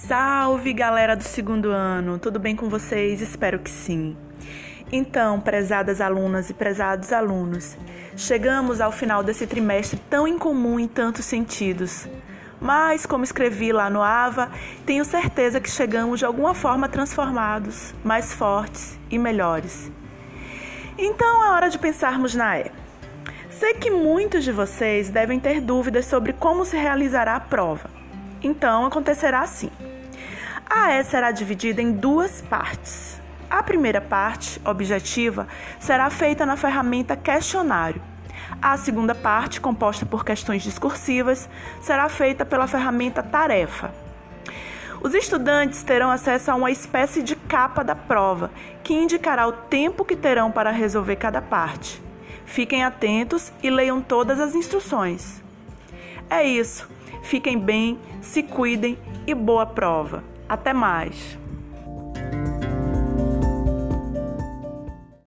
Salve, galera do segundo ano! Tudo bem com vocês? Espero que sim. Então, prezadas alunas e prezados alunos, chegamos ao final desse trimestre tão incomum em tantos sentidos. Mas, como escrevi lá no AVA, tenho certeza que chegamos de alguma forma transformados, mais fortes e melhores. Então, é hora de pensarmos na E. Sei que muitos de vocês devem ter dúvidas sobre como se realizará a prova. Então, acontecerá assim. A E será dividida em duas partes. A primeira parte, objetiva, será feita na ferramenta questionário. A segunda parte, composta por questões discursivas, será feita pela ferramenta tarefa. Os estudantes terão acesso a uma espécie de capa da prova, que indicará o tempo que terão para resolver cada parte. Fiquem atentos e leiam todas as instruções. É isso. Fiquem bem, se cuidem e boa prova. Até mais!